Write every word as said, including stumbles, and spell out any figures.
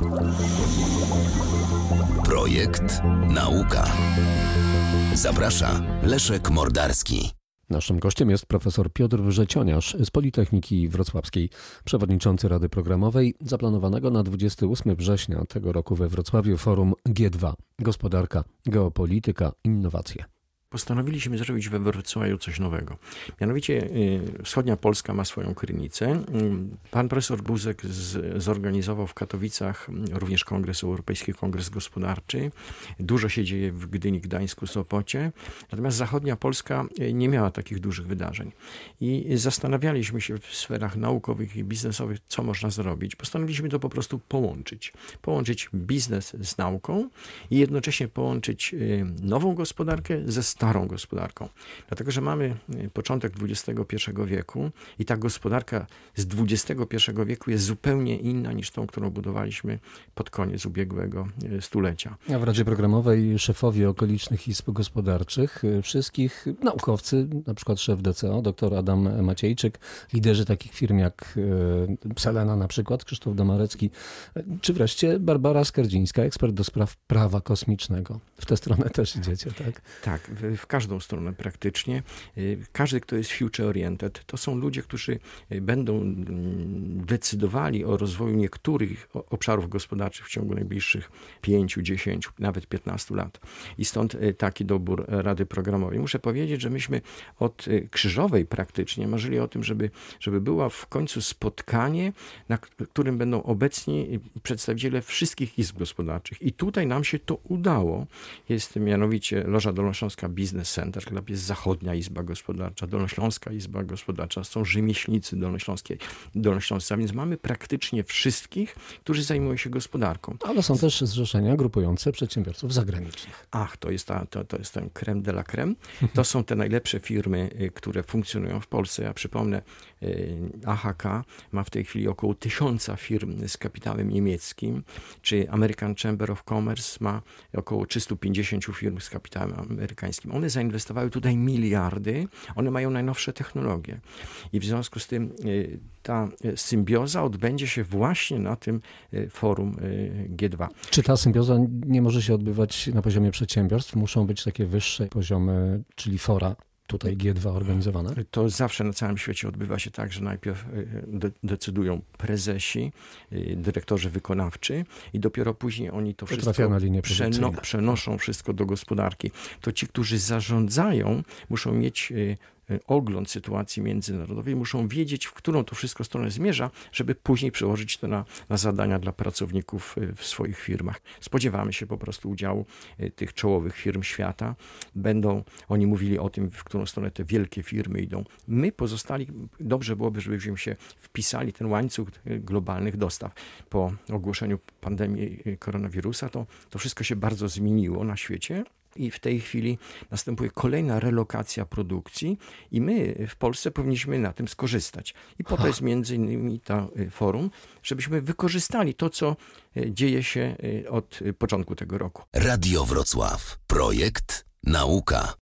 Projekt Nauka. Zaprasza Leszek Mordarski. Naszym gościem jest profesor Piotr Wrzecioniarz z Politechniki Wrocławskiej, przewodniczący Rady Programowej zaplanowanego na dwudziestego ósmego września tego roku we Wrocławiu forum G dwa. Gospodarka, geopolityka, innowacje. Postanowiliśmy zrobić we Wrocławiu coś nowego. Mianowicie y, wschodnia Polska ma swoją Krynicę. Y, pan profesor Buzek z, zorganizował w Katowicach również kongres, Europejski Kongres Gospodarczy. Dużo się dzieje w Gdyni, Gdańsku, Sopocie. Natomiast zachodnia Polska nie miała takich dużych wydarzeń. I zastanawialiśmy się w sferach naukowych i biznesowych, co można zrobić. Postanowiliśmy to po prostu połączyć. Połączyć biznes z nauką i jednocześnie połączyć y, nową gospodarkę ze starą gospodarką. Dlatego, że mamy początek dwudziestego pierwszego wieku i ta gospodarka z dwudziestego pierwszego wieku jest zupełnie inna niż tą, którą budowaliśmy pod koniec ubiegłego stulecia. A w Radzie Programowej szefowie okolicznych izb gospodarczych, wszystkich naukowcy, na przykład szef D C O, dr Adam Maciejczyk, liderzy takich firm jak Selena na przykład, Krzysztof Domarecki, czy wreszcie Barbara Skardzińska, ekspert do spraw prawa kosmicznego. W tę stronę też idziecie, tak? Tak, w każdą stronę praktycznie. Każdy, kto jest future oriented, to są ludzie, którzy będą decydowali o rozwoju niektórych obszarów gospodarczych w ciągu najbliższych pięciu, dziesięciu, nawet piętnastu lat. I stąd taki dobór Rady Programowej. Muszę powiedzieć, że myśmy od Krzyżowej praktycznie marzyli o tym, żeby, żeby było w końcu spotkanie, na którym będą obecni przedstawiciele wszystkich izb gospodarczych. I tutaj nam się to udało. Jest mianowicie Loża Dolnośląska Business Center Club, jest Zachodnia Izba Gospodarcza, Dolnośląska Izba Gospodarcza, są rzemieślnicy dolnośląskie, dolnośląscy, a więc mamy praktycznie wszystkich, którzy zajmują się gospodarką. Ale są też zrzeszenia grupujące przedsiębiorców zagranicznych. Ach, to jest, ta, to, to jest ten crème de la crème. To są te najlepsze firmy, które funkcjonują w Polsce. Ja przypomnę, A H K ma w tej chwili około tysiąca firm z kapitałem niemieckim, czy American Chamber of Commerce ma około trzysta pięćdziesiąt firm z kapitałem amerykańskim. One zainwestowały tutaj miliardy, one mają najnowsze technologie. I w związku z tym ta symbioza odbędzie się właśnie na tym forum G dwa. Czy ta symbioza nie może się odbywać na poziomie przedsiębiorstw? Muszą być takie wyższe poziomy, czyli fora tutaj G dwa organizowane? To zawsze na całym świecie odbywa się tak, że najpierw de- decydują prezesi, dyrektorzy wykonawczy i dopiero później oni to wszystko przeno- przenoszą wszystko do gospodarki. To ci, którzy zarządzają, muszą mieć ogląd sytuacji międzynarodowej, muszą wiedzieć, w którą to wszystko stronę zmierza, żeby później przełożyć to na, na zadania dla pracowników w swoich firmach. Spodziewamy się po prostu udziału tych czołowych firm świata. Będą oni mówili o tym, w którą stronę te wielkie firmy idą. My pozostali, dobrze byłoby, żebyśmy się wpisali ten łańcuch globalnych dostaw. Po ogłoszeniu pandemii koronawirusa to, to wszystko się bardzo zmieniło na świecie. I w tej chwili następuje kolejna relokacja produkcji i my w Polsce powinniśmy na tym skorzystać. I po to jest między innymi to forum, żebyśmy wykorzystali to, co dzieje się od początku tego roku. Radio Wrocław. Projekt Nauka.